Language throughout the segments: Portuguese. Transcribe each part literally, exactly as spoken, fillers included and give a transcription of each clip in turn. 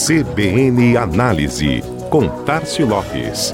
C B N Análise, com Tárcio Lopes.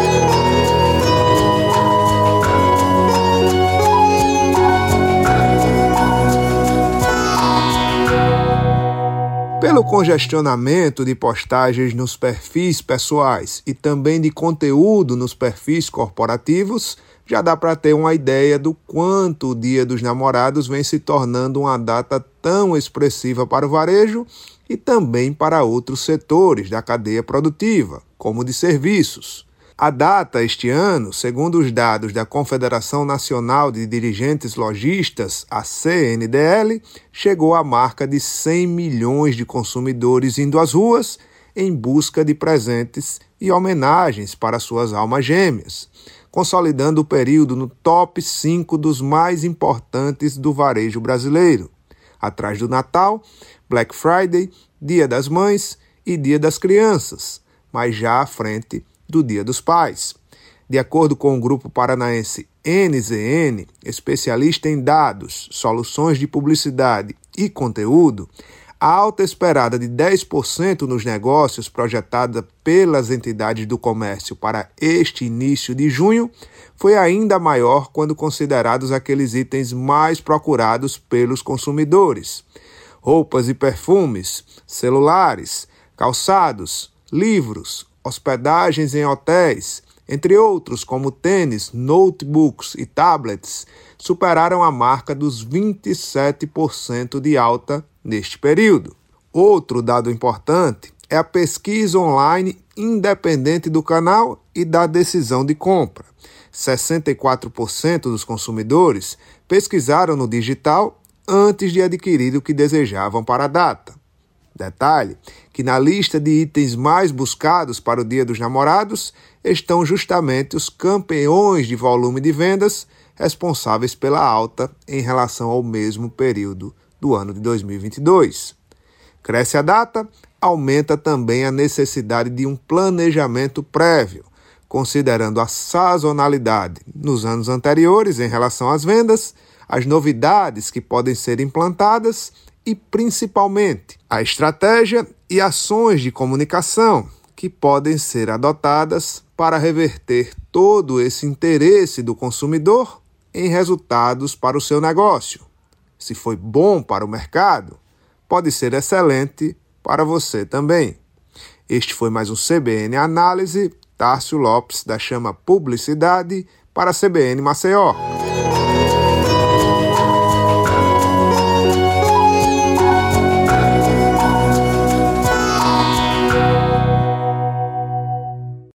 Pelo congestionamento de postagens nos perfis pessoais e também de conteúdo nos perfis corporativos, já dá para ter uma ideia do quanto o Dia dos Namorados vem se tornando uma data tão expressiva para o varejo e também para outros setores da cadeia produtiva, como de serviços. A data este ano, segundo os dados da Confederação Nacional de Dirigentes Lojistas, a C N D L, chegou à marca de cem milhões de consumidores indo às ruas em busca de presentes e homenagens para suas almas gêmeas, consolidando o período no top cinco dos mais importantes do varejo brasileiro, atrás do Natal, Black Friday, Dia das Mães e Dia das Crianças, mas já à frente do Dia dos Pais. De acordo com o grupo paranaense N Z N, especialista em dados, soluções de publicidade e conteúdo, a alta esperada de dez por cento nos negócios projetada pelas entidades do comércio para este início de junho foi ainda maior quando considerados aqueles itens mais procurados pelos consumidores: roupas e perfumes, celulares, calçados, livros, hospedagens em hotéis, entre outros como tênis, notebooks e tablets, superaram a marca dos vinte e sete por cento de alta neste período. Outro dado importante é a pesquisa online independente do canal e da decisão de compra. sessenta e quatro por cento dos consumidores pesquisaram no digital antes de adquirir o que desejavam para a data. Detalhe que na lista de itens mais buscados para o Dia dos Namorados estão justamente os campeões de volume de vendas responsáveis pela alta em relação ao mesmo período do ano de dois mil e vinte e dois. Cresce a data, aumenta também a necessidade de um planejamento prévio, considerando a sazonalidade nos anos anteriores em relação às vendas, as novidades que podem ser implantadas e, principalmente, a estratégia e ações de comunicação que podem ser adotadas para reverter todo esse interesse do consumidor em resultados para o seu negócio. Se foi bom para o mercado, pode ser excelente para você também. Este foi mais um C B N Análise, Tárcio Lopes, da Chama Publicidade, para a C B N Maceió.